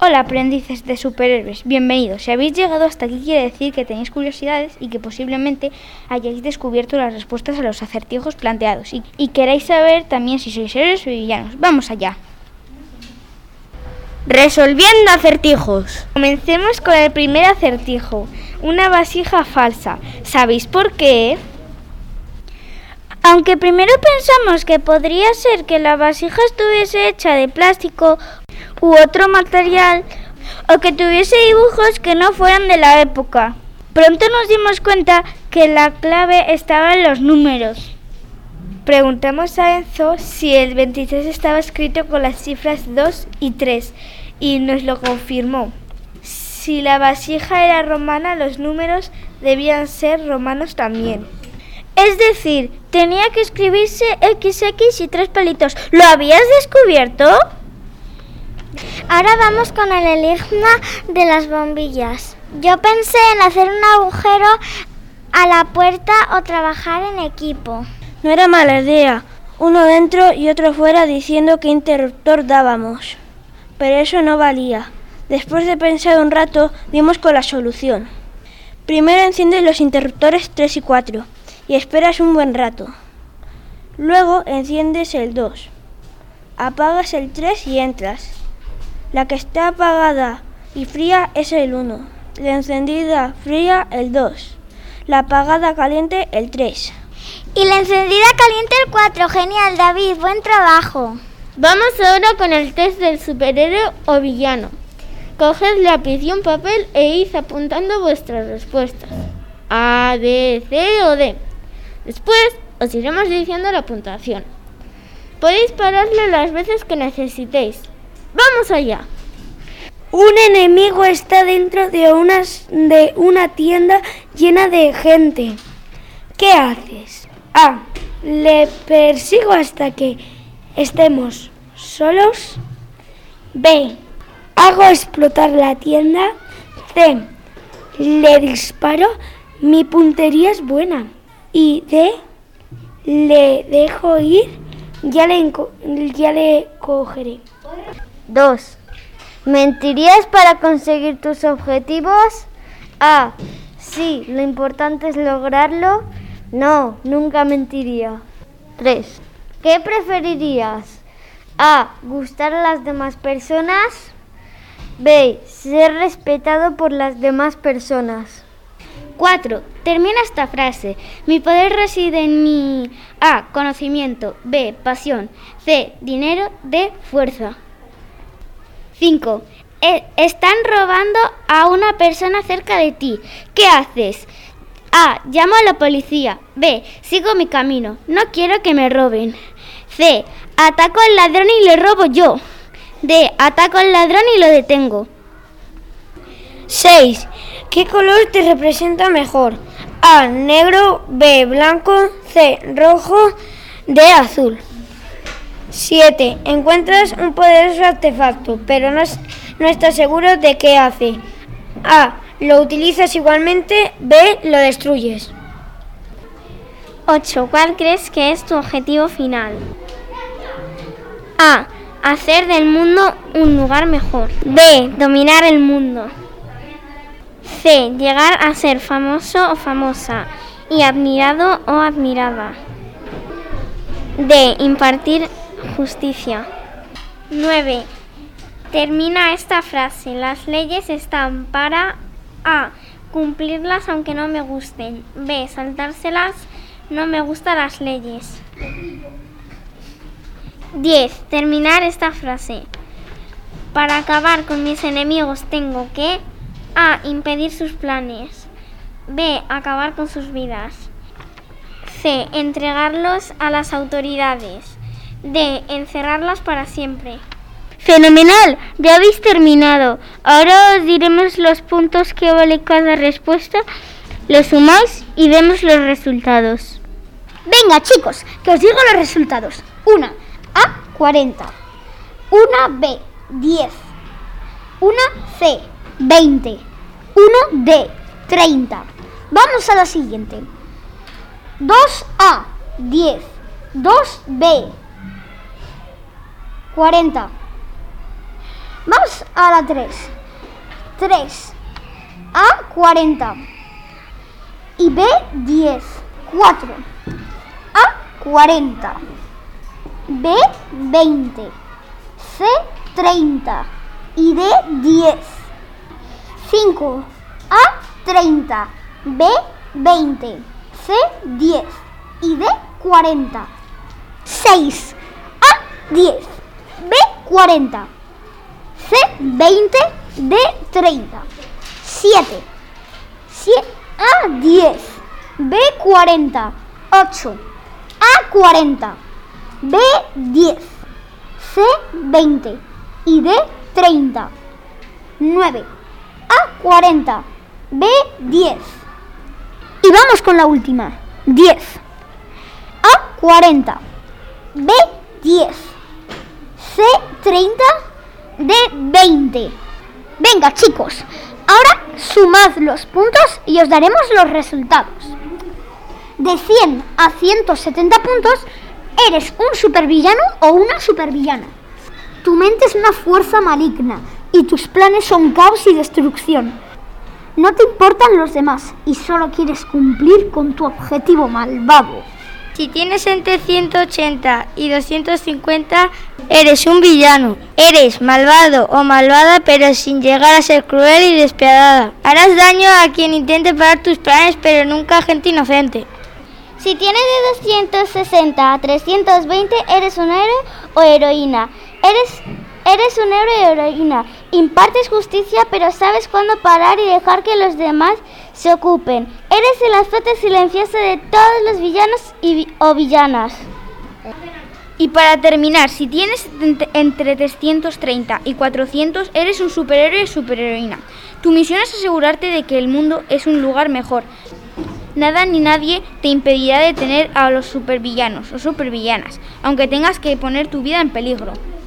Hola, aprendices de superhéroes, bienvenidos. Si habéis llegado hasta aquí quiere decir que tenéis curiosidades y que posiblemente hayáis descubierto las respuestas a los acertijos planteados y queráis saber también si sois héroes o villanos. ¡Vamos allá! Resolviendo acertijos. Comencemos con el primer acertijo. Una vasija falsa. ¿Sabéis por qué? Aunque primero pensamos que podría ser que la vasija estuviese hecha de plástico u otro material, o que tuviese dibujos que no fueran de la época, pronto nos dimos cuenta que la clave estaba en los números. Preguntamos a Enzo si el 23 estaba escrito con las cifras 2 y 3 y nos lo confirmó. Si la vasija era romana, los números debían ser romanos también. Es decir, tenía que escribirse XX y 3 palitos. ¿Lo habías descubierto? Ahora vamos con el enigma de las bombillas. Yo pensé en hacer un agujero a la puerta o trabajar en equipo. No era mala idea, uno dentro y otro fuera diciendo qué interruptor dábamos. Pero eso no valía. Después de pensar un rato, dimos con la solución. Primero enciendes los interruptores 3 y 4 y esperas un buen rato. Luego enciendes el 2, apagas el 3 y entras. La que está apagada y fría es el 1, la encendida fría el 2, la apagada caliente el 3. Y la encendida caliente el 4. Genial, David, buen trabajo. Vamos ahora con el test del superhéroe o villano. Coged lápiz y un papel e id apuntando vuestras respuestas. A, B, C o D. Después os iremos diciendo la puntuación. Podéis pararlo las veces que necesitéis. ¡Vamos allá! Un enemigo está dentro de una tienda llena de gente. ¿Qué haces? A. Le persigo hasta que estemos solos. B. Hago explotar la tienda. C. Le disparo. Mi puntería es buena. Y D. Le dejo ir. Ya le cogeré. 2. ¿Mentirías para conseguir tus objetivos? A. Sí, lo importante es lograrlo. No, nunca mentiría. 3. ¿Qué preferirías? A. Gustar a las demás personas. B. Ser respetado por las demás personas. 4. Termina esta frase. Mi poder reside en mi A. Conocimiento. B. Pasión. C. Dinero. D. Fuerza. 5. Están robando a una persona cerca de ti. ¿Qué haces? A. Llamo a la policía. B. Sigo mi camino. No quiero que me roben. C. Ataco al ladrón y le robo yo. D. Ataco al ladrón y lo detengo. 6. ¿Qué color te representa mejor? A. Negro. B. Blanco. C. Rojo. D. Azul. 7. Encuentras un poderoso artefacto, pero no estás seguro de qué hace. A. Lo utilizas igualmente. B. Lo destruyes. 8. ¿Cuál crees que es tu objetivo final? A. Hacer del mundo un lugar mejor. B. Dominar el mundo. C. Llegar a ser famoso o famosa y admirado o admirada. D. Impartir justicia. 9. Termina esta frase. Las leyes están para A. Cumplirlas aunque no me gusten. B. Saltárselas. No me gustan las leyes. 10. Terminar esta frase. Para acabar con mis enemigos tengo que A. Impedir sus planes. B. Acabar con sus vidas. C. Entregarlos a las autoridades. D. Encerrarlas para siempre. ¡Fenomenal! Ya habéis terminado. Ahora os diremos los puntos que vale cada respuesta. Los sumáis y vemos los resultados. Venga, chicos, que os digo los resultados. Una A, 40. Una B, 10. Una C, 20. Uno D, 30. Vamos a la siguiente. 2A, 10. 2B, 40. Vamos a la 3. 3 A 40 y B 10. 4 A 40, B 20, C 30 y D 10. 5 A 30, B 20, C 10 y D 40. 6 A 10, B 40, C 20, D 30. 7 A 10, B 40, 8 A 40, B 10, C 20 y D 30. 9 A 40, B 10. Y vamos con la última. 10 A 40, B 10, C 30, D 20. Venga, chicos, ahora sumad los puntos y os daremos los resultados. De 100 a 170 puntos, eres un supervillano o una supervillana. Tu mente es una fuerza maligna y tus planes son caos y destrucción. No te importan los demás y solo quieres cumplir con tu objetivo malvado. Si tienes entre 180 y 250, eres un villano. Eres malvado o malvada, pero sin llegar a ser cruel y despiadada. Harás daño a quien intente parar tus planes, pero nunca a gente inocente. Si tienes de 260 a 320, eres un héroe o heroína. Eres un héroe o heroína. Impartes justicia, pero sabes cuándo parar y dejar que los demás se ocupen. Eres el azote silencioso de todos los villanos o villanas. Y para terminar, si tienes entre 330 y 400, eres un superhéroe o superheroína. Tu misión es asegurarte de que el mundo es un lugar mejor. Nada ni nadie te impedirá detener a los supervillanos o supervillanas, aunque tengas que poner tu vida en peligro.